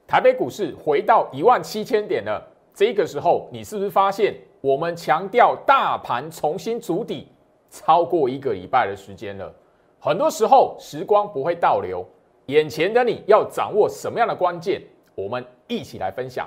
台北股市回到17000点了，这个时候你是不是发现我们强调大盘重新筑底超过1个礼拜的时间了？很多时候时光不会倒流，眼前的你要掌握什么样的关键？我们一起来分享。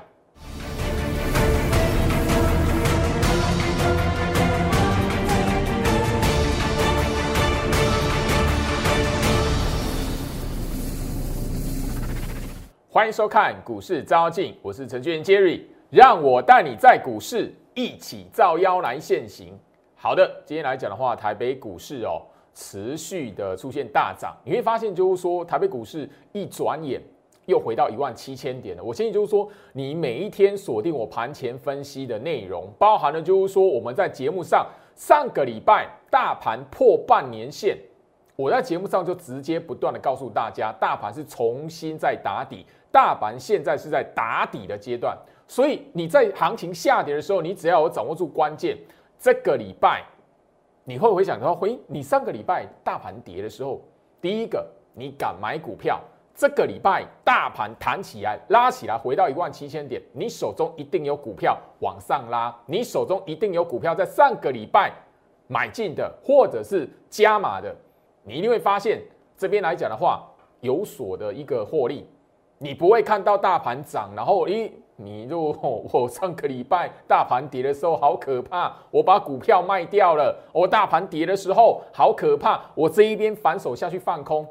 欢迎收看股市照妖镜，我是程序员 Jerry， 让我带你在股市一起照妖来现行。好的，今天来讲的话，台北股市持续的出现大涨，你会发现就是说，台北股市一转眼又回到17000点了。我建议就是说，你每一天锁定我盘前分析的内容，包含了就是说我们在节目上上个礼拜大盘破半年线。我在节目上就直接不断的告诉大家，大盘是重新在打底，大盘现在是在打底的阶段，所以你在行情下跌的时候，你只要有掌握住关键，这个礼拜你会不会想到，你上个礼拜大盘跌的时候，第一个你敢买股票，这个礼拜大盘弹起来拉起来回到17000点，你手中一定有股票往上拉，你手中一定有股票在上个礼拜买进的，或者是加码的。你一定会发现，这边来讲的话，有所的一个获利，你不会看到大盘涨，然后你就我上个礼拜大盘跌的时候好可怕，我把股票卖掉了，我大盘跌的时候好可怕，我这一边反手下去放空。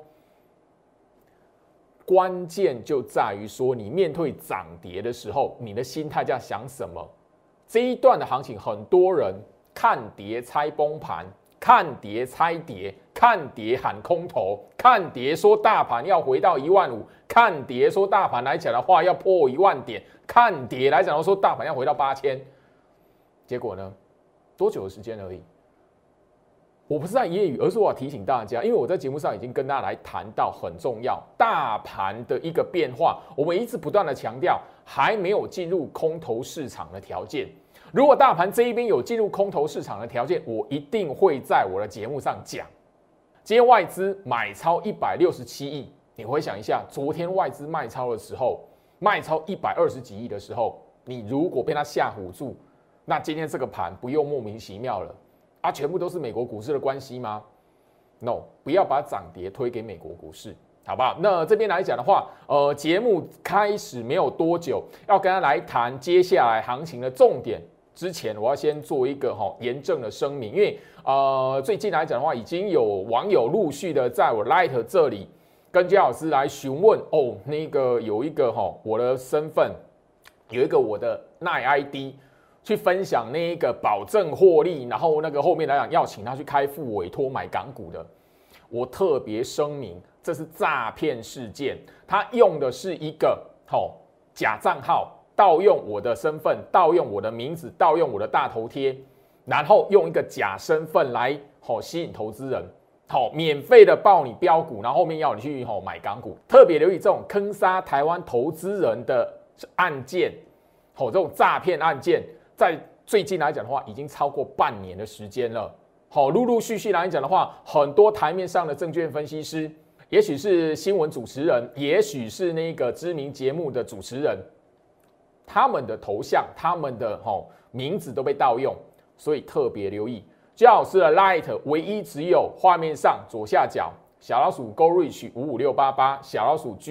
关键就在于说，你面对涨跌的时候，你的心态在想什么？这一段的行情，很多人看跌猜崩盘。看跌猜跌，看跌喊空头，看跌说大盘要回到15000，看跌说大盘来讲的话要破10000点，看跌来讲说大盘要回到8000，结果呢，多久的时间而已？我不是在揶揄，而是我要提醒大家，因为我在节目上已经跟大家来谈到很重要，大盘的一个变化，我们一直不断的强调，还没有进入空头市场的条件。如果大盘这一边有进入空头市场的条件，我一定会在我的节目上讲。今天外资买超167亿，你回想一下，昨天外资卖超的时候，卖超120几亿的时候，你如果被他吓唬住，那今天这个盘不又莫名其妙了啊？全部都是美国股市的关系吗 ？No， 不要把涨跌推给美国股市。好不好？那这边来讲的话，节目开始没有多久，要跟他来谈接下来行情的重点。之前我要先做一个严正的声明，因为最近来讲的话，已经有网友陆续的在我 Light 这里跟姜老师来询问那个有一个我的身份，有一个我的NLE ID 去分享那一个保证获利，然后那个后面来讲要请他去开副委托买港股的，我特别声明，这是诈骗事件，他用的是一个假账号。盗用我的身份，盗用我的名字，盗用我的大头贴，然后用一个假身份来吸引投资人，免费的报你标股，然后后面要你去买港股。特别留意这种坑杀台湾投资人的案件，这种诈骗案件，在最近来讲的话，已经超过半年的时间了。陆陆续续来讲的话，很多台面上的证券分析师，也许是新闻主持人，也许是那个知名节目的主持人。他们的头像、他们的名字都被盗用，所以特别留意。姜老师的 Light 唯一只有画面上左下角小老鼠 GoRich55688，小老鼠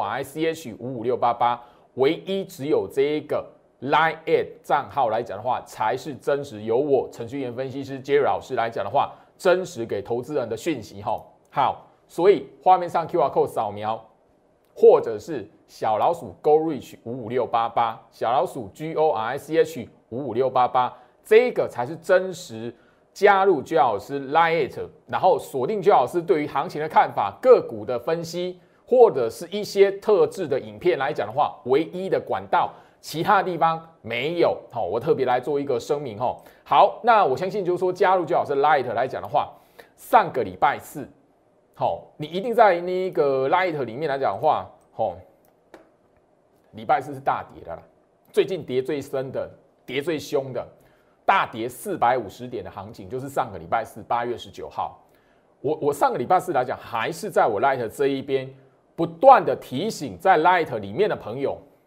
GORICH55688，唯一只有这一个 Line@ 账号来讲的话，才是真实由我程序员分析师 Jerry 老师来讲的话，真实给投资人的讯息。好，所以画面上 QR Code 扫描。或者是小老鼠 GoRich55688，小老鼠 GORICH55688，这个才是真实加入姜老师 Line， 然后锁定姜老师对于行情的看法、个股的分析，或者是一些特制的影片来讲的话，唯一的管道，其他地方没有。我特别来做一个声明。好，那我相信就是说加入姜老师 Line 来讲的话，上个礼拜四。你一定在那个 Light 里面来讲的话，礼拜四是大跌的啦，最近跌最深的、跌最凶的，大跌450点的行情，就是上个礼拜四8月19号。我上个礼拜四来讲，还是在我 Light 这一边不断的提醒，在 Light 里面的朋友，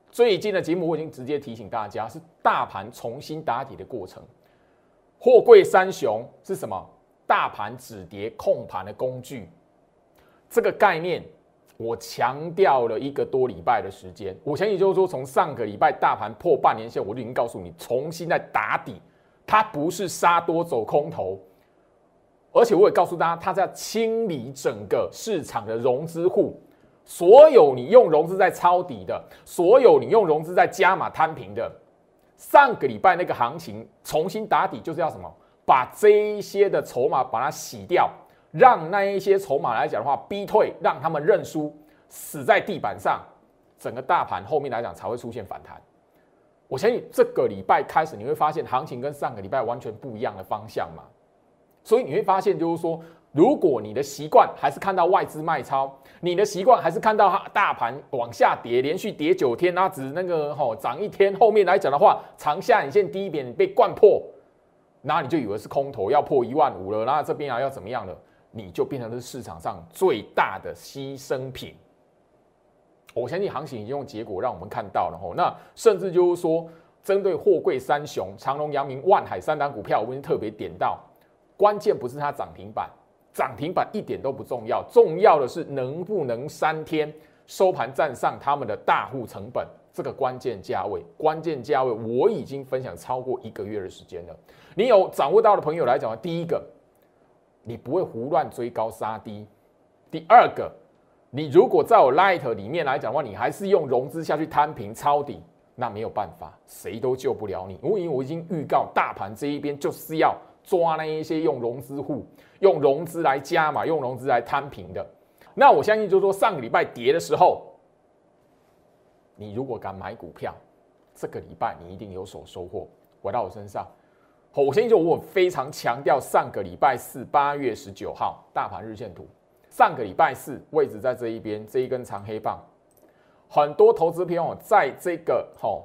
最近的节目我已经直接提醒大家，是大盘重新打底的过程。货柜三雄是什么？大盘止跌控盘的工具。这个概念我强调了1个多礼拜的时间。我相信就是说，从上个礼拜大盘破半年线，我就已经告诉你，重新在打底，它不是杀多走空头。而且我也告诉大家，它在清理整个市场的融资户，所有你用融资在抄底的，所有你用融资在加码摊平的，上个礼拜那个行情重新打底，就是要什么？把这一些的筹码把它洗掉，让那一些筹码来讲的话逼退，让他们认输，死在地板上，整个大盘后面来讲才会出现反弹。我相信这个礼拜开始，你会发现行情跟上个礼拜完全不一样的方向嘛。所以你会发现，就是说，如果你的习惯还是看到外资卖超，你的习惯还是看到大盘往下跌，连续跌9天，那只那个涨1天，后面来讲的话，长下影线低一点被灌破，那你就以为是空头要破15000了，那这边要怎么样了？你就变成是市场上最大的牺牲品。我相信行情已经用结果让我们看到了，那甚至就是说，针对货柜三雄长荣、阳明、万海3档股票，我已经特别点到。关键不是它涨停板，涨停板一点都不重要，重要的是能不能3天收盘站上他们的大户成本这个关键价位。关键价位我已经分享超过1个月的时间了。你有掌握到的朋友来讲，第一个，你不会胡乱追高杀低；第二个，你如果在我 Light 里面来讲的话，你还是用融资下去摊平抄底，那没有办法，谁都救不了你。因为我已经预告，大盘这一边就是要抓那一些用融资户、用融资来加码、用融资来摊平的。那我相信就是说，上个礼拜跌的时候，你如果敢买股票，这个礼拜你一定有所收获，回到我身上。我相信我非常强调上个礼拜四8月19号大盘日线图，上个礼拜四位置在这一边，这一根长黑棒，很多投资朋友在这个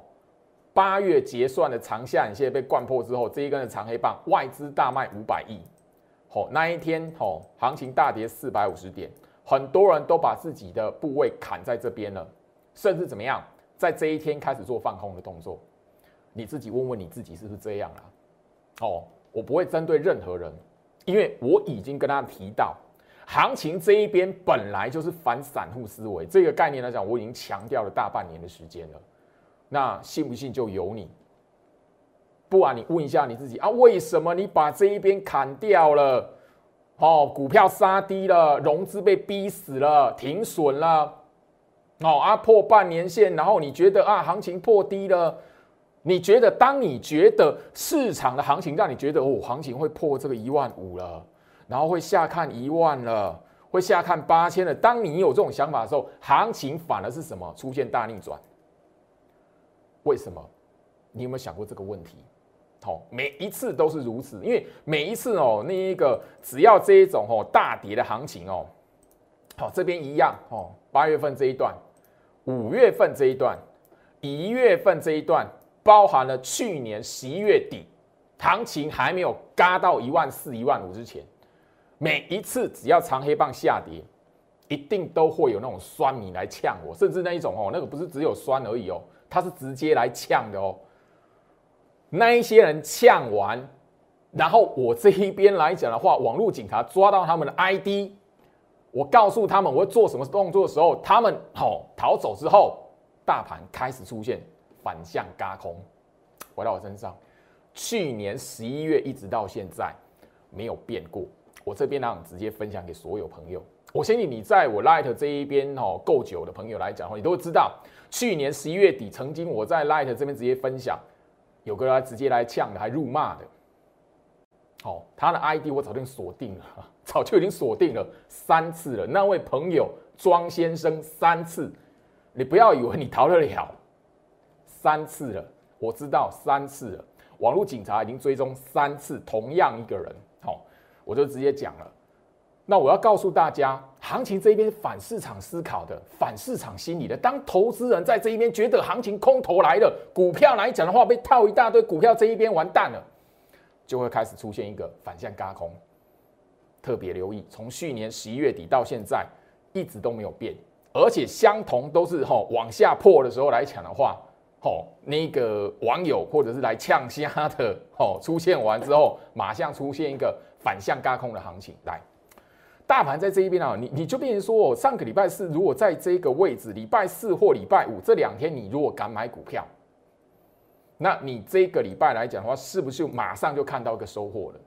8月结算的长下影线被灌破之后，这一根的长黑棒，外资大卖500亿。那一天行情大跌450点，很多人都把自己的部位砍在这边了，甚至怎么样，在这一天开始做放空的动作。你自己问问你自己是不是这样啦？我不会针对任何人，因为我已经跟大家提到，行情这一边本来就是反散户思维这个概念来讲，我已经强调了大半年的时间了。那信不信就由你，不然你问一下你自己啊，为什么你把这一边砍掉了？股票杀低了，融资被逼死了，停损了，破半年线，然后你觉得行情破低了，你觉得当你觉得市场的行情让你觉得行情会破这个15000了，然后会下看10000了，会下看8000了，当你有这种想法的时候，行情反而是什么？出现大逆转。为什么？你有没有想过这个问题？每一次都是如此，因为每一次那一个只要这一种大跌的行情这边一样8月份这一段、5月份这一段、1月份这一段，包含了去年11月底行情还没有嘎到14000、15000之前，每一次只要长黑棒下跌，一定都会有那种酸民来呛我，甚至那一种那个不是只有酸而已他是直接来呛的那一些人呛完，然后我这一边来讲的话，网络警察抓到他们的 ID， 我告诉他们我会做什么动作的时候，他们逃走之后，大盘开始出现反向軋空，回到我身上。去年11月一直到现在没有变过，我这边直接分享给所有朋友。我相信你在我 Light 这一边够久的朋友来讲，你都会知道，去年11月底曾经我在 Light 这边直接分享，有个人直接来呛的，还辱骂的。他的 ID 我早就锁定了，早就已经锁定了3次了。那位朋友庄先生3次，你不要以为你逃得了，3次了，我知道3次了。网络警察已经追踪3次同样一个人，我就直接讲了。那我要告诉大家，行情这一边反市场思考的，反市场心理的。当投资人在这一边觉得行情空头来了，股票来讲的话被套一大堆，股票这一边完蛋了，就会开始出现一个反向軋空。特别留意，从去年11月底到现在一直都没有变。 而且相同都是往下破的时候来讲的话，那个网友或者是来呛虾的出现完之后，马上出现一个反向轧空的行情来。大盘在这一边啊，你就变成说，上个礼拜四如果在这个位置，礼拜四或礼拜五这2天，你如果敢买股票，那你这个礼拜来讲的话，是不是马上就看到一个收获了？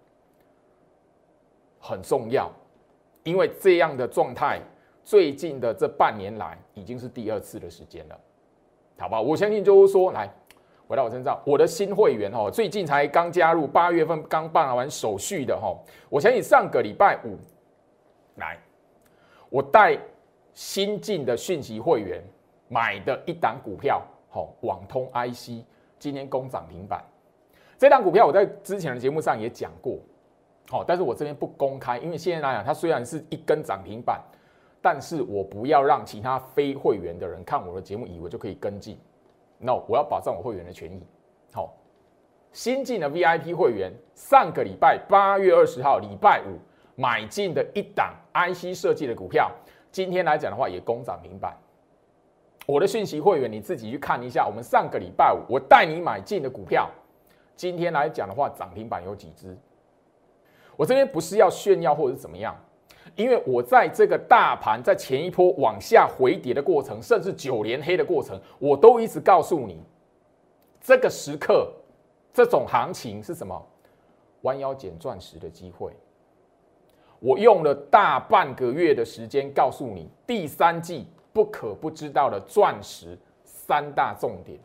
很重要，因为这样的状态，最近的这半年来已经是第2次的时间了，好不好？我相信就是说，来回到我身上，我的新会员最近才刚加入，8月份刚办完手续的我相信上个礼拜五。来，我带新进的讯息会员买的一档股票，网通 IC 今天攻涨停板。这档股票我在之前的节目上也讲过，但是我这边不公开，因为现在来讲，它虽然是一根涨停板，但是我不要让其他非会员的人看我的节目以为就可以跟进。No， 我要保障我会员的权益。新进的 VIP 会员，上个礼拜8月20号礼拜五。买进的一档 IC 设计的股票，今天来讲的话也攻涨停板。我的讯息会员你自己去看一下，我们上个礼拜五我带你买进的股票，今天来讲的话涨停板有几只？我这边不是要炫耀或者是怎么样，因为我在这个大盘在前一波往下回跌的过程，甚至9连黑的过程，我都一直告诉你，这个时刻这种行情是什么？弯腰捡钻石的机会。我用了大半个月的时间告诉你，第3季不可不知道的钻石3大重点。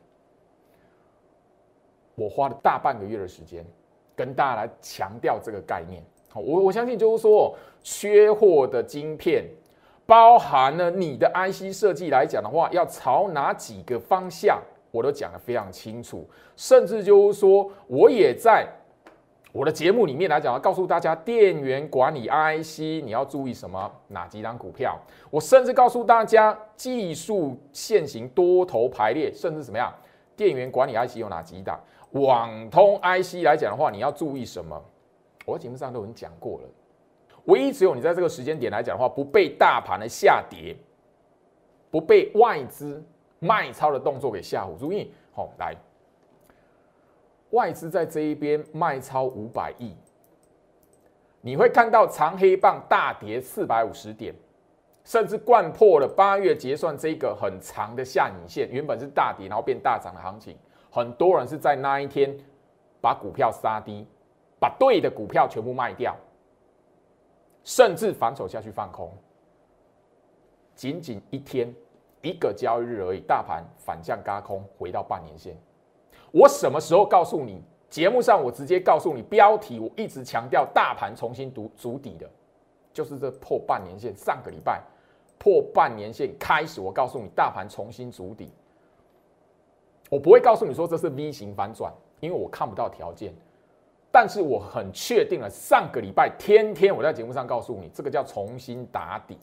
我花了大半个月的时间跟大家来强调这个概念。我相信就是说，缺货的晶片，包含了你的 IC 设计来讲的话，要朝哪几个方向，我都讲得非常清楚。甚至就是说，我也在我的节目里面来讲，要告诉大家电源管理 IC 你要注意什么，哪几档股票。我甚至告诉大家技术线型多头排列，甚至怎么样，电源管理 IC 有哪几档，网通 IC 来讲的话，你要注意什么，我节目上都已经讲过了。唯一只有你在这个时间点来讲的话，不被大盘的下跌，不被外资卖超的动作给吓唬住。因为来。外资在这一边卖超500亿，你会看到长黑棒大跌450点，甚至灌破了8月结算这个很长的下影线，原本是大跌然后变大涨的行情，很多人是在那一天把股票杀低，把对的股票全部卖掉，甚至反手下去放空，仅仅一天1个交易日而已，大盘反向轧空回到半年线。我什么时候告诉你？节目上我直接告诉你，标题我一直强调大盘重新筑底的，就是这破半年线。上个礼拜破半年线开始，我告诉你大盘重新筑底。我不会告诉你说这是 V 型反转，因为我看不到条件。但是我很确定了，上个礼拜天天我在节目上告诉你，这个叫重新打底。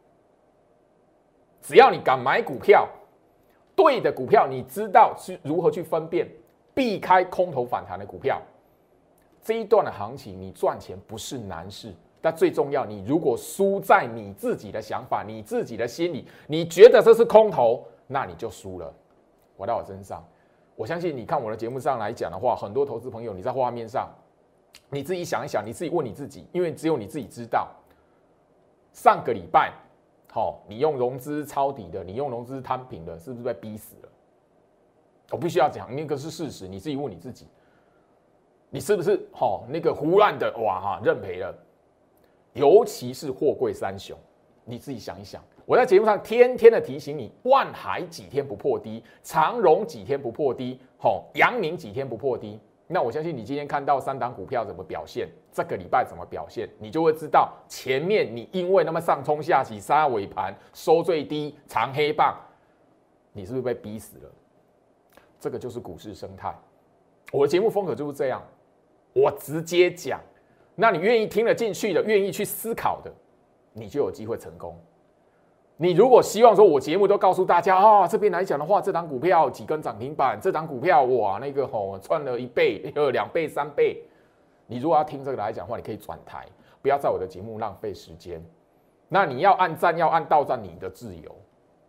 只要你敢买股票，对的股票，你知道是如何去分辨。避开空头反弹的股票，这一段的行情你赚钱不是难事，但最重要，你如果输在你自己的想法、你自己的心里，你觉得这是空头，那你就输了。回到我身上，我相信你看我的节目上来讲的话，很多投资朋友你在画面上，你自己想一想，你自己问你自己，因为只有你自己知道，上个礼拜，你用融资抄底的，你用融资摊平的，是不是被逼死了？我必须要讲，那个是事实，你自己问你自己，你是不是那个胡乱的认赔了？尤其是货柜三雄，你自己想一想。我在节目上天天的提醒你，万海几天不破低，长荣几天不破低，阳明几天不破低。那我相信你今天看到3档股票怎么表现，这个礼拜怎么表现，你就会知道前面你因为那么上冲下洗杀尾盘收最低长黑棒，你是不是被逼死了？这个就是股市生态，我的节目风格就是这样，我直接讲，那你愿意听得进去的，愿意去思考的，你就有机会成功。你如果希望说我节目都告诉大家这边来讲的话，这档股票几根涨停板，这档股票哇那个赚了1倍、2倍、3倍，你如果要听这个来讲的话，你可以转台，不要在我的节目浪费时间。那你要按赞要按到赞，你的自由。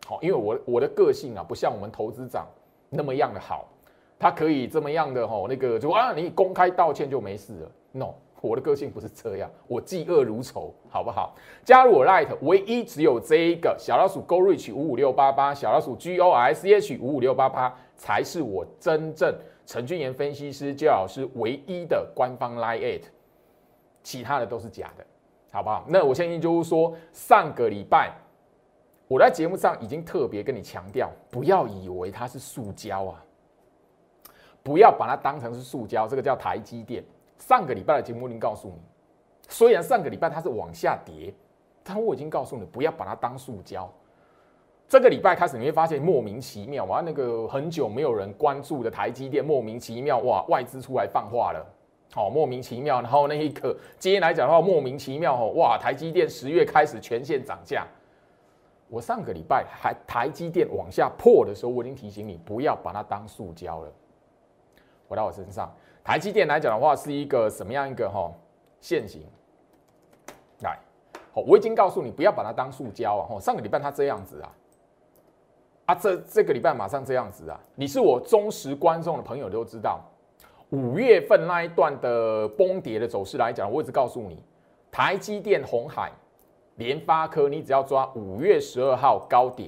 好，因为我的个性啊，不像我们投资长那么样的好，他可以这么样的那个就你公开道歉就没事了。No， 我的个性不是这样，我嫉恶如仇，好不好？加入我 Light， 唯一只有这一个小老鼠 Go Reach 55688，小老鼠 GORICH 55688才是我真正陈俊言分析师焦老师唯一的官方 Line， 其他的都是假的，好不好？那我相信就是说，上个礼拜我在节目上已经特别跟你强调，不要以为它是塑胶啊，不要把它当成是塑胶，这个叫台积电。上个礼拜的节目已经告诉你，虽然上个礼拜它是往下跌，但我已经告诉你不要把它当塑胶。这个礼拜开始你会发现莫名其妙，那个很久没有人关注的台积电，莫名其妙外资出来放话了。莫名其妙，然后那一个今天来讲的话，莫名其妙台积电10月开始全线涨价。我上个礼拜台积电往下破的时候，我已经提醒你不要把它当塑胶了。回到我身上，台积电来讲的话是一个什么样一个现形？来，我已经告诉你不要把它当塑胶啊。上个礼拜它这样子这个礼拜马上这样子啊。你是我忠实观众的朋友都知道。5月份那一段的崩跌的走势来讲，我一直告诉你，台积电、鸿海、联发科，你只要抓5月12号高点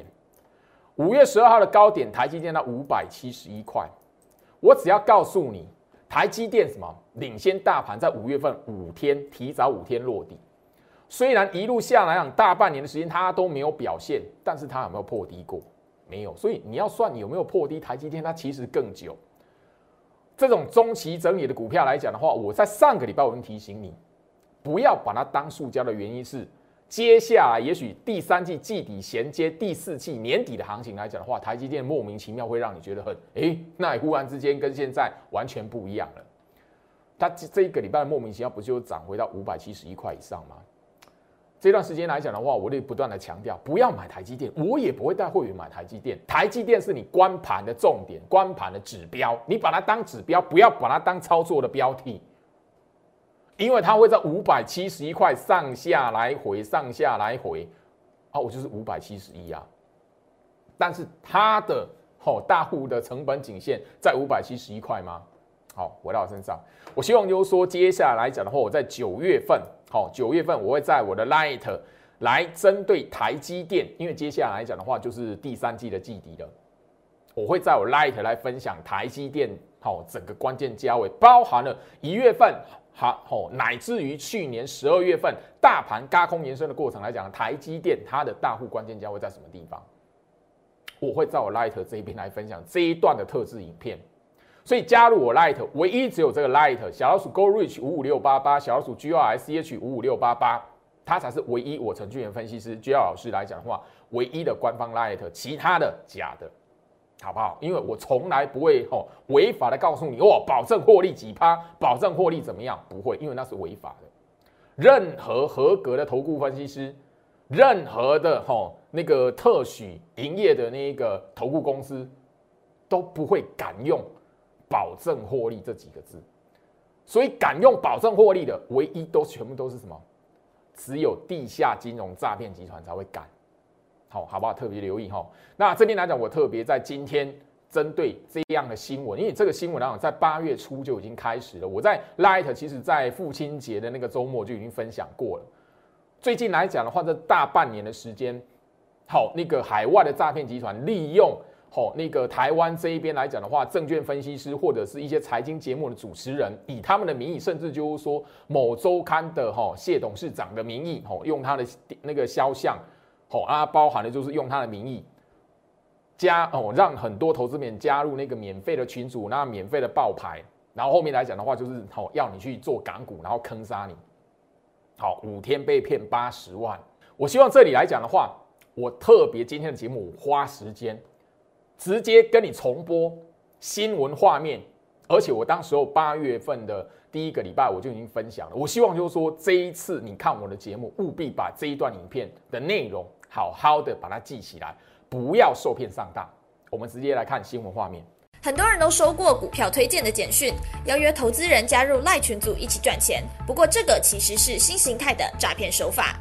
，5月12号的高点，台积电到571块，我只要告诉你，台积电什么领先大盘，在5月份5天提早5天落底，虽然一路下来大半年的时间它都没有表现，但是它有没有破低过？没有，所以你要算有没有破低，台积电它其实更久。这种中期整理的股票来讲的话，我在上个礼拜我已经提醒你，不要把它当塑胶的原因是，接下来也许第3季季底衔接第4季年底的行情来讲的话，台积电莫名其妙会让你觉得那也忽然之间跟现在完全不一样了。它这一个礼拜莫名其妙不就涨回到571块以上吗？这段时间来讲的话，我得不断的强调，不要买台积电，我也不会带会员买台积电。台积电是你观盘的重点，观盘的指标，你把它当指标，不要把它当操作的标的，因为它会在571块上下来回，上下来回，我就是571啊。但是它的大户的成本颈线在571块吗？好，回到我身上，我希望就是说，接下来讲的话，我在9月份，9月份我会在我的 Light 来针对台积电，因为接下来讲的话就是第3季的季底了，我会在我 Light 来分享台积电整个关键价位，包含了1月份乃至于去年12月份大盘軋空延伸的过程来讲，台积电它的大户关键价位在什么地方？我会在我 Light 这一边来分享这一段的特制影片。所以加入我 Light， 唯一只有这个 Light 小老鼠 Go Reach 55688，小老鼠 GORICH 55688，它才是唯一我陈俊言分析师 GL 老师来讲的话，唯一的官方 Light， 其他的假的，好不好？因为我从来不会违法的告诉你保证获利几%，保证获利怎么样，不会，因为那是违法的。任何合格的投顾分析师，任何的那个特许营业的那个投顾公司，都不会敢用保证获利这几个字，所以敢用保证获利的，唯一全部都是什么？只有地下金融诈骗集团才会敢。好不好？特别留意。那这边来讲，我特别在今天针对这样的新闻，因为这个新闻来讲，在8月初就已经开始了。我在 Light 其实在父亲节的那个周末就已经分享过了。最近来讲的话，这大半年的时间，那个海外的诈骗集团利用那个台湾这一边来讲的话，证券分析师或者是一些财经节目的主持人，以他们的名义，甚至就是说某周刊的谢董事长的名义，用他的那个肖像，包含的就是用他的名义让很多投资人加入那个免费的群组，那免费的报牌，然后后面来讲的话，就是要你去做港股，然后坑杀你。5天被骗80万。我希望这里来讲的话，我特别今天的节目我花时间。直接跟你重播新闻画面，而且我当时候8月份的第1个礼拜我就已经分享了。我希望就是说这一次你看我的节目，务必把这一段影片的内容好好的把它记起来，不要受骗上当。我们直接来看新闻画面。 很多人都收过股票推荐的简讯，邀约投资人加入赖群组一起赚钱。不过这个其实是新形态的诈骗手法。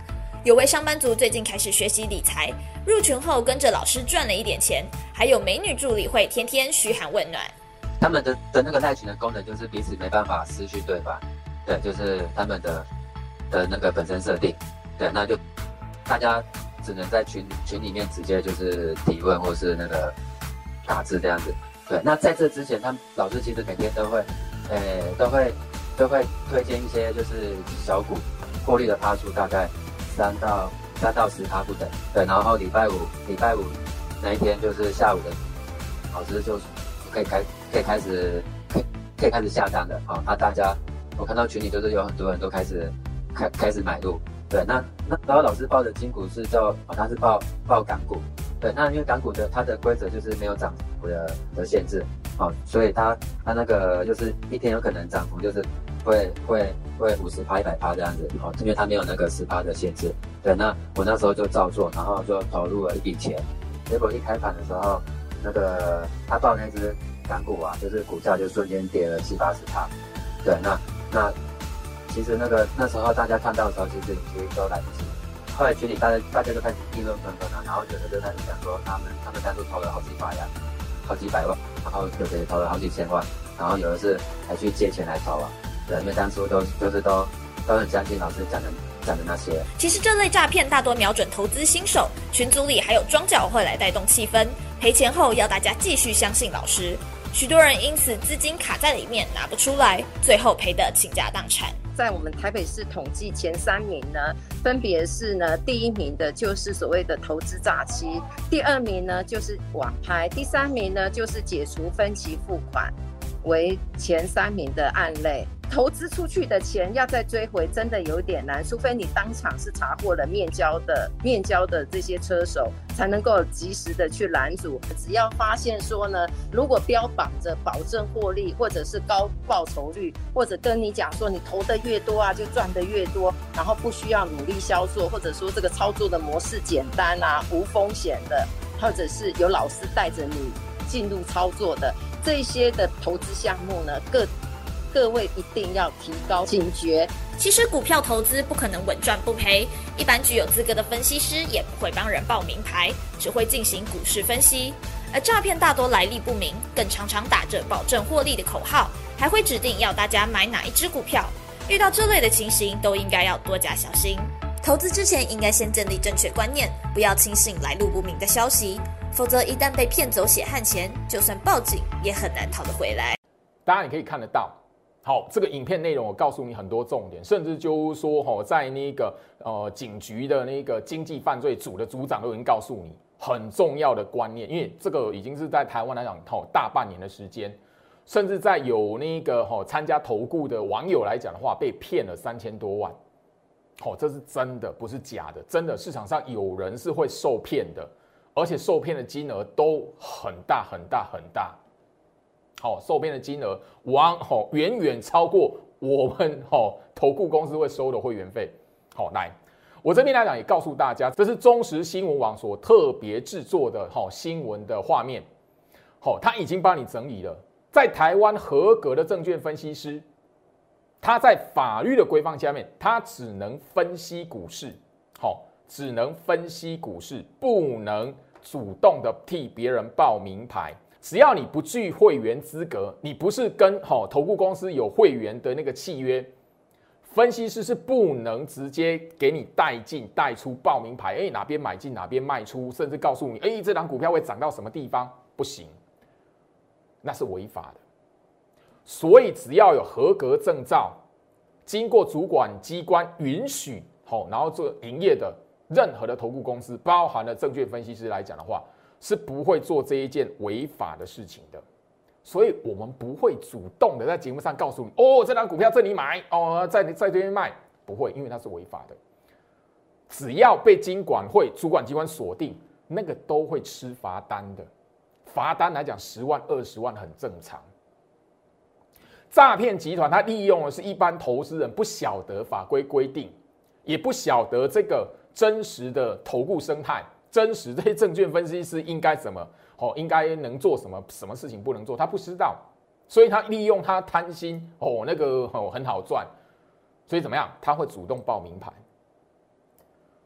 有位上班族最近开始学习理财，入群后跟着老师赚了一点钱，还有美女助理会天天嘘寒问暖。 他们的那个赖群的功能就是彼此没办法失去对方，对，就是他们的那个本身设定，对，那就大家只能在群里面直接就是提问或是那个打字这样子，对。那在这之前，他们老师其实每天都会推荐一些就是小股获利的趴数，大概3到10%不等，对。然后礼拜五那一天就是下午的，老师就可以开始下单的啊！大家我看到群里就是有很多人都开始买入，对。那然后老师报的金股是他是报港股，对。那因为港股它的规则就是没有涨幅的限制，所以它那个就是一天有可能涨幅就是会50%、100%这样子，因为它没有那个10%的限制，对。那我那时候就照做，然后就投入了一笔钱，结果一开盘的时候，那个他报那只港股啊，就是股价就瞬间跌了70-80%，对。那其实那时候大家看到的时候，其实已经都来不及。后来群里大家就开始议论纷纷了，然后有的就开始讲说他们当初投了好几百万，然后有的也投了好几千万，然后有的是还去借钱来投啊，对，因为当初都很相信老师讲的那些。 其实这类诈骗大多瞄准投资新手，群组里还有庄脚会来带动气氛，赔钱后要大家继续相信老师。许多人因此资金卡在里面拿不出来，最后赔得倾家荡产。 在我们台北市统计前3名呢，分别是呢，第1名的就是所谓的投资诈欺，第2名呢就是网拍，第3名呢就是解除分期付款，为前3名的案例。投资出去的钱要再追回真的有点难，除非你当场是查获了面交的这些车手，才能够及时的去拦阻。只要发现说呢，如果标榜着保证获利，或者是高报酬率，或者跟你讲说你投的越多啊就赚的越多，然后不需要努力销售，或者说这个操作的模式简单啊无风险的，或者是有老师带着你进入操作的这些的投资项目呢，各位一定要提高警觉。 其实股票投资不可能稳赚不赔，一般具有资格的分析师也不会帮人报名牌，只会进行股市分析。而诈骗大多来历不明，更常常打着保证获利的口号，还会指定要大家买哪一支股票。遇到这类的情形，都应该要多加小心。投资之前应该先建立正确观念，不要轻信来路不明的消息，否则一旦被骗走血汗钱，就算报警也很难讨得回来。 当然你可以看得到。好，这个影片内容我告诉你很多重点，甚至就是说，在那个警局的那个经济犯罪组的组长都已经告诉你很重要的观念，因为这个已经是在台湾来讲，大半年的时间，甚至在有那个参加投顾的网友来讲的话，被骗了3000多万，这是真的，不是假的，真的市场上有人是会受骗的，而且受骗的金额都很大很大很大。受骗的金额远远超过我们投顾公司会收的会员费。来，我这边来讲也告诉大家，这是中时新闻网所特别制作的新闻的画面。他已经帮你整理了，在台湾合格的证券分析师，他在法律的规范下面，他只能分析股市，只能分析股市，不能主动的替别人报名牌。只要你不具会员资格，你不是跟投顾公司有会员的那个契约，分析师是不能直接给你带进带出报名牌，哪边买进哪边卖出，甚至告诉你，这档股票会涨到什么地方，不行，那是违法的。所以只要有合格证照，经过主管机关允许，然后做营业的任何的投顾公司，包含了证券分析师来讲的话，是不会做这一件违法的事情的，所以我们不会主动的在节目上告诉你，这档股票这里买，在这边卖，不会，因为它是违法的。只要被金管会主管机关锁定，那个都会吃罚单的。罚单来讲，10万、20万很正常。诈骗集团它利用的是一般投资人不晓得法规规定，也不晓得这个真实的投顾生态。真实这些证券分析师应该怎么应该能做什么事情不能做，他不知道，所以他利用他贪心那个很好赚，所以怎么样？他会主动报名牌。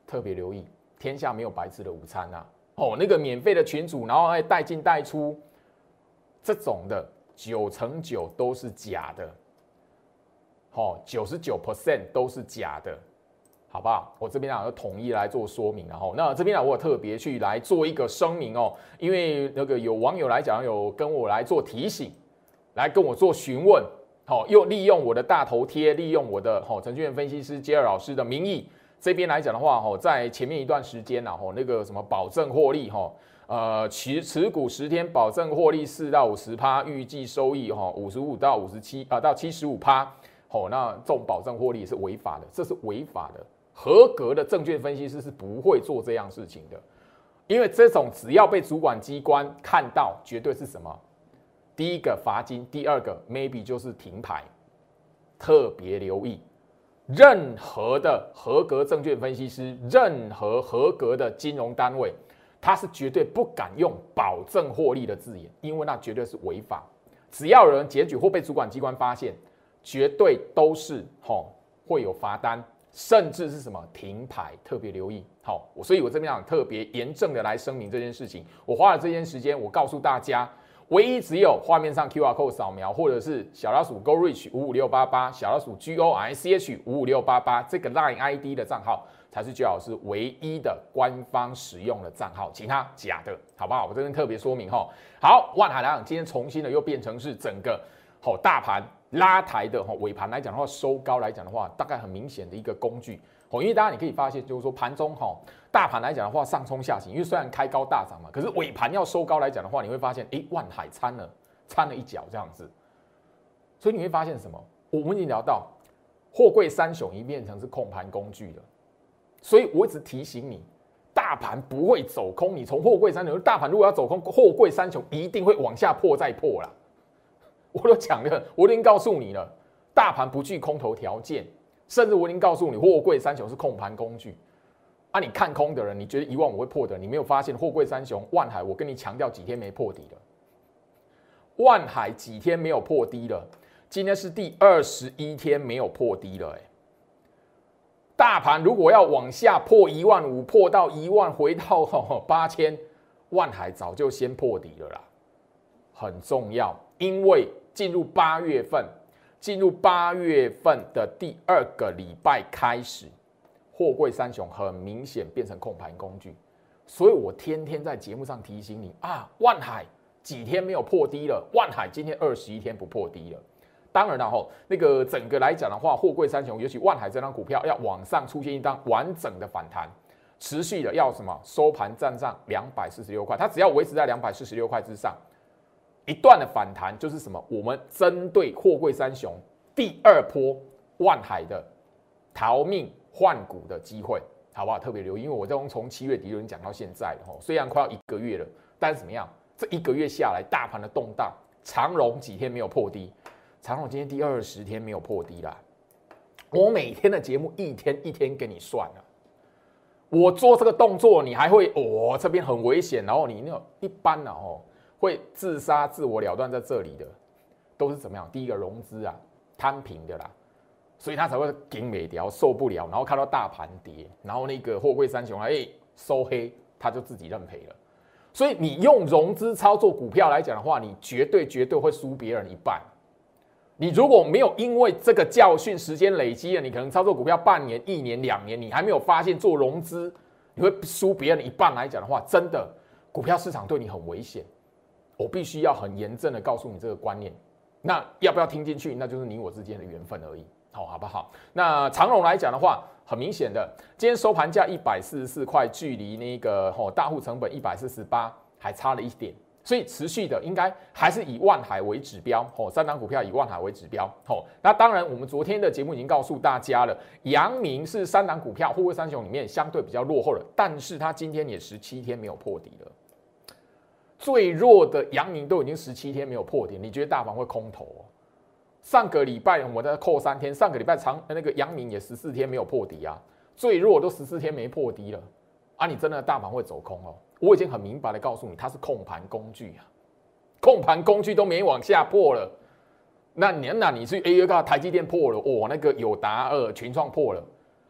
特别留意，天下没有白吃的午餐啊！哦，那个免费的群组，然后还带进带出，这种的9成9都是假的，99% 都是假的，好不好？我这边要统一来做说明，然后那这边我有特别去来做一个声明哦，因为那个有网友来讲，有跟我来做提醒，来跟我做询问。又利用我的大头贴，利用我的程序员分析师杰尔老师的名义，这边来讲的话，在前面一段时间那个什么保证获利持股10天保证获利4到50%，预计收益55到57到75%，那这种保证获利是违法的，这是违法的，合格的证券分析师是不会做这样事情的，因为这种只要被主管机关看到，绝对是什么？第一个罚金，第二个 maybe 就是停牌，特别留意，任何的合格证券分析师，任何合格的金融单位，他是绝对不敢用保证获利的字眼，因为那绝对是违法。只要有人检举或被主管机关发现，绝对都是会有罚单，甚至是什么停牌，特别留意。所以我这边想特别严正的来声明这件事情。我花了这些时间，我告诉大家。唯一只有画面上 QR code 扫描，或者是小老鼠 Go Reach 55688，小老鼠 GORICH 55688这个 Line ID 的账号才是最好是唯一的官方使用的账号，其他假的，好不好？我这边特别说明哈。好，万海来讲，今天重新的又变成是整个大盘拉抬的尾盘来讲的话，收高来讲的话，大概很明显的一个工具。因为大家你可以发现，就是说盘中大盘来讲的话上冲下行，因为虽然开高大涨嘛，可是尾盘要收高来讲的话，你会发现，万海掺了一脚这样子，所以你会发现什么？我们已经聊到货柜三雄已经变成是控盘工具了，所以我一直提醒你，大盘不会走空，你从货柜三雄，大盘如果要走空，货柜三雄一定会往下破再破啦。我都讲了，我已经告诉你了，大盘不具空头条件。甚至我已经告诉你，货柜三雄是控盘工具啊！你看空的人，你觉得15000会破的，你没有发现货柜三雄万海，我跟你强调几天没破底了，万海几天没有破低了，今天是第21天没有破低了，大盘如果要往下破15000，破到10000，回到8000，万海早就先破底了啦，很重要，因为进入8月份。进入8月份的第2个礼拜开始，货柜三雄很明显变成控盘工具，所以我天天在节目上提醒你啊，万海几天没有破低了，万海今天21天不破低了。当然了那个整个来讲的话，货柜三雄，尤其万海这张股票要往上出现一张完整的反弹，持续的要什么收盘站上246块，它只要维持在246块之上。一段的反弹就是什么？我们针对货柜三雄第2波万海的逃命换股的机会，好不好？特别留意，因为我从7月底就已经讲到现在了，虽然快要1个月了，但是怎么样？这1个月下来，大盘的动荡，长荣几天没有破低？长荣今天第20天没有破低啦。我每天的节目一天一天给你算了，我做这个动作，你还会这边很危险，然后你那一般会自杀、自我了断在这里的，都是怎么样？第一个融资摊平的啦，所以他才会顶美条受不了，然后看到大盘跌，然后那个货柜三雄收黑，他就自己认赔了。所以你用融资操作股票来讲的话，你绝对会输别人一半。你如果没有因为这个教训时间累积了，你可能操作股票半年、1年、2年，你还没有发现做融资你会输别人一半来讲的话，真的股票市场对你很危险。我必须要很严正的告诉你这个观念，那要不要听进去，那就是你我之间的缘分而已，好不好？那长荣来讲的话，很明显的，今天收盘价144块，距离那个大户成本148还差了1点，所以持续的应该还是以万海为指标，3档股票以万海为指标。那当然，我们昨天的节目已经告诉大家了，阳明是3档股票货柜三雄里面相对比较落后的，但是它今天也17天没有破底了。最弱的阳明都已经17天没有破底，你觉得大盘会空头上个礼拜我们再扣3天，上个礼拜那个阳明也14天没有破底啊，最弱都14天没破底了啊！你真的大盘会走空我已经很明白的告诉你，它是控盘工具控盘工具都没往下破了，那你去台积电破了那个友达群创破了，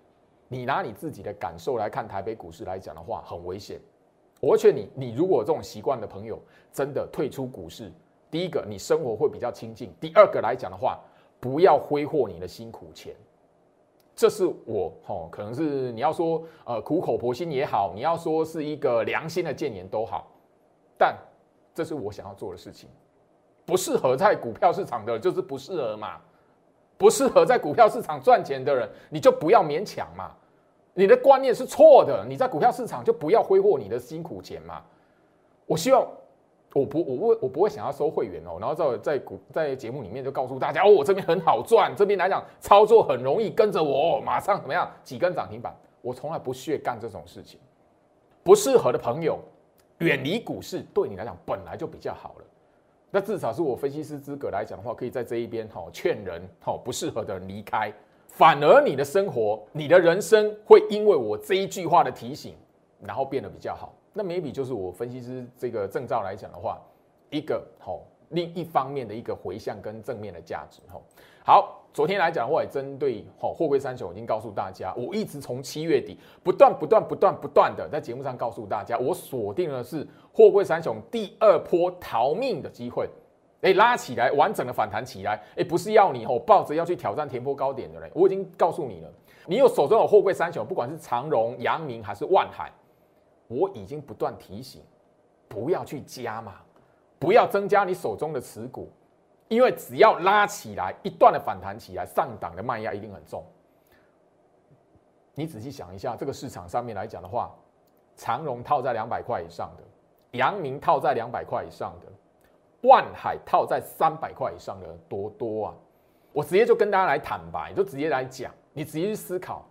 你拿你自己的感受来看台北股市来讲的话，很危险。我劝你如果有这种习惯的朋友，真的退出股市。第一个，你生活会比较清静；第二个来讲的话，不要挥霍你的辛苦钱。这是我可能是你要说苦口婆心也好，你要说是一个良心的谏言都好，但这是我想要做的事情。不适合在股票市场的人就是不适合嘛，不适合在股票市场赚钱的人，你就不要勉强嘛。你的观念是错的，你在股票市场就不要挥霍你的辛苦钱嘛。我希望我不会想要收会员哦，然后在节目里面就告诉大家我这边很好赚，这边来讲操作很容易，跟着我马上怎么样几根涨停板。我从来不屑干这种事情。不适合的朋友远离股市，对你来讲本来就比较好了。那至少是我分析师资格来讲的话，可以在这一边劝人不适合的人离开，反而你的生活、你的人生会因为我这一句话的提醒，然后变得比较好。那 maybe 就是我分析师这个证照来讲的话，一个另一方面的一个回向跟正面的价值。好，昨天来讲的话，也针对货柜三雄已经告诉大家，我一直从7月底不断的在节目上告诉大家，我锁定的是货柜三雄第二波逃命的机会。拉起来，完整的反弹起来，不是要你抱着要去挑战前波高点的人，我已经告诉你了，你有手中有货柜三雄，不管是长荣、阳明还是万海，我已经不断提醒，不要去加码，不要增加你手中的持股，因为只要拉起来，一段的反弹起来，上档的卖压一定很重。你仔细想一下，这个市场上面来讲的话，长荣套在200块以上的，阳明套在200块以上的，万海套在300块以上的多啊！我直接就跟大家来坦白，就直接来讲，你直接去思考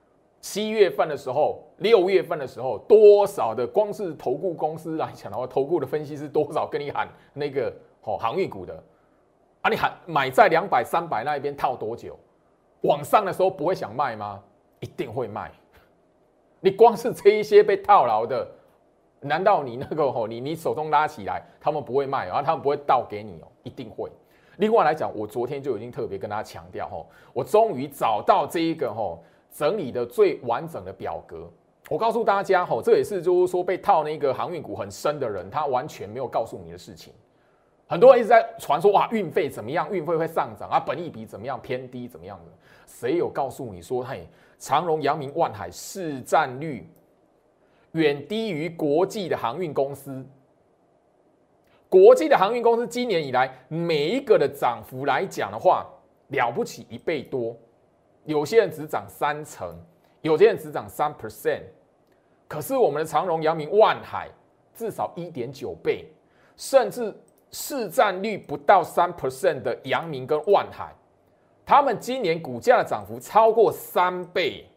，7月份的时候、6月份的时候，多少的光是投顾公司来讲的话，投顾的分析师多少跟你喊那个航运股的啊？你喊买在200、300那一边套多久？往上的时候不会想卖吗？一定会卖。你光是这一些被套牢的，难道你那个你手中拉起来，他们不会卖，然后他们不会倒给你一定会。另外来讲，我昨天就已经特别跟大家强调我终于找到这一个整理的最完整的表格。我告诉大家这也是就是说被套那个航运股很深的人，他完全没有告诉你的事情。很多人一直在传说哇运费怎么样，运费会上涨啊，本益比怎么样偏低怎么样的，谁有告诉你说长荣、阳明、万海市占率远低于国际的航运公司？国际的航运公司今年以来每一个的涨幅来讲的话，了不起1倍多，有些人只涨30%，有些人只涨3%，可是我们的长荣、阳明、万海至少1.9倍，甚至市占率不到3% 的阳明跟万海，他们今年股价的涨幅超过3倍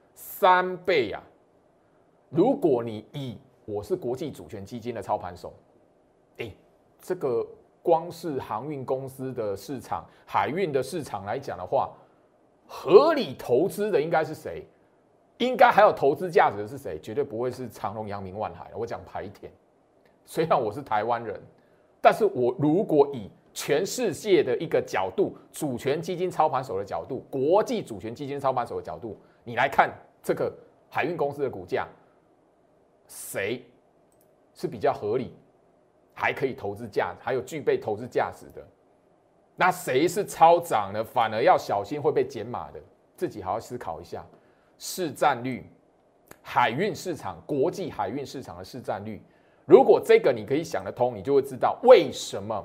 ，3倍啊！如果你以我是国际主权基金的操盘手，这个光是航运公司的市场、海运的市场来讲的话，合理投资的应该是谁？应该还有投资价值的是谁？绝对不会是长荣、阳明、万海。我讲白一点，虽然我是台湾人，但是我如果以全世界的一个角度，主权基金操盘手的角度，国际主权基金操盘手的角度，你来看这个海运公司的股价，谁是比较合理，还可以投资价值，还有具备投资价值的？那谁是超涨的，反而要小心会被减码的？自己好好思考一下。市占率，海运市场，国际海运市场的市占率，如果这个你可以想得通，你就会知道为什么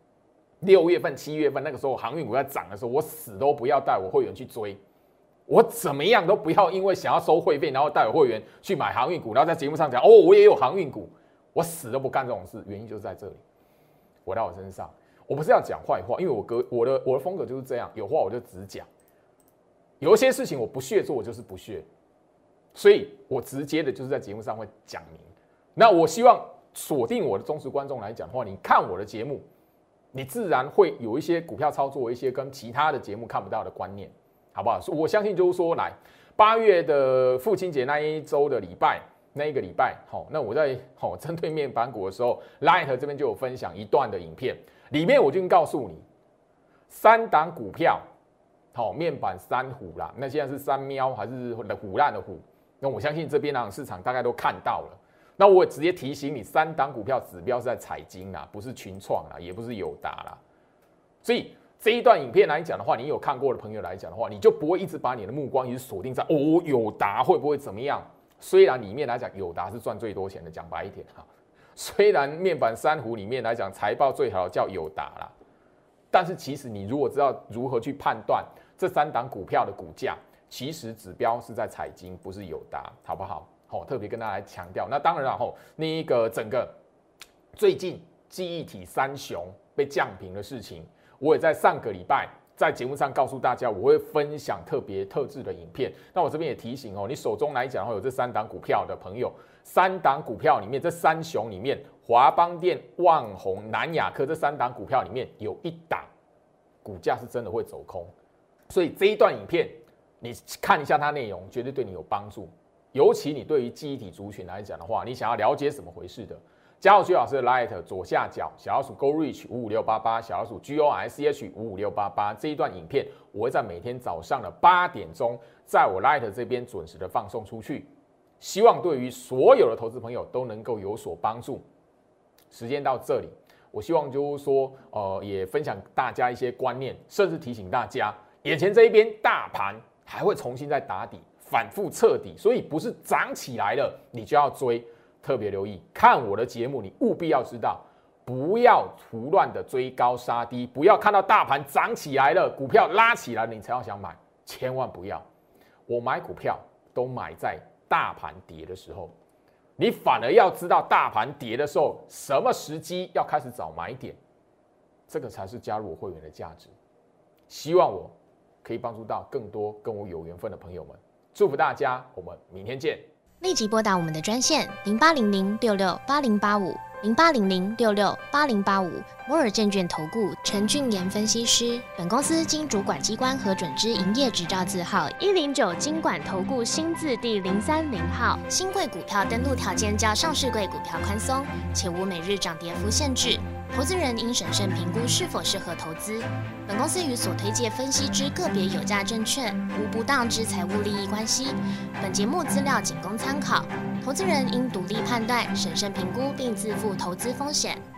6月份、7月份那个时候航运股在涨的时候，我死都不要带我会员去追，我怎么样都不要因为想要收会费，然后带我会员去买航运股，然后在节目上讲我也有航运股，我死都不干这种事。原因就是在这里，回到我身上，我不是要讲坏话，因为我的风格就是这样，有话我就直讲。有一些事情我不屑做，我就是不屑，所以我直接的就是在节目上会讲明。那我希望锁定我的忠实观众来讲的话，你看我的节目，你自然会有一些股票操作，一些跟其他的节目看不到的观念，好不好？我相信就是说，来8月的父亲节那一周的礼拜，那一个礼拜，那我在针对面板股的时候 ，Light 这边就有分享一段的影片，里面我就告诉你，3档股票。 好，面板三虎啦，那现在是三喵还是虎烂的虎？那我相信这边市场大概都看到了。那我也直接提醒你，3档股票指标是在彩晶啦，不是群创啦，也不是友达啦。所以这一段影片来讲的话，你有看过的朋友来讲的话，你就不会一直把你的目光一直锁定在友达会不会怎么样？虽然里面来讲友达是赚最多钱的，讲白一点哈。虽然面板三虎里面来讲财报最好的叫友达啦，但是其实你如果知道如何去判断这3档股票的股价，其实指标是在彩晶，不是友达，好不好？特别跟大家来强调。那当然了，那一个整个最近记忆体三雄被降评的事情，我也在上个礼拜在节目上告诉大家，我会分享特制的影片。那我这边也提醒你手中来讲有这3档股票的朋友，3档股票里面这三雄里面，华邦电、旺宏、南亚科这3档股票里面有1档股价是真的会走空，所以这一段影片你看一下它内容，绝对对你有帮助。尤其你对于记忆体族群来讲的话，你想要了解什么回事的，加入徐老师的 Light 左下角小老鼠 Go Reach 55688，小老鼠 GORCH 55688，这一段影片我会在每天早上的8点钟，在我 Light 这边准时的放送出去，希望对于所有的投资朋友都能够有所帮助。时间到这里，我希望就是说，也分享大家一些观念，甚至提醒大家，眼前这一边大盘还会重新再打底。反复彻底，所以不是涨起来了你就要追，特别留意看我的节目，你务必要知道，不要胡乱的追高杀低，不要看到大盘涨起来了，股票拉起来了你才要想买，千万不要。我买股票都买在大盘跌的时候，你反而要知道大盘跌的时候什么时机要开始找买点，这个才是加入我会员的价值。希望我可以帮助到更多跟我有缘分的朋友们。祝福大家，我们明天见。 立即拨打我们的专线0800668085，0800668085，摩尔证券投顾陈俊言分析师。本公司经主管机关核准之营业执照字号109金管投顾新字第030号。新贵股票登录条件较上市贵股票宽松，且无每日涨跌幅限制。投资人应审慎评估是否适合投资。本公司与所推介分析之个别有价证券无不当之财务利益关系。本节目资料仅供参考，投资人应独立判断、审慎评估并自负投资风险。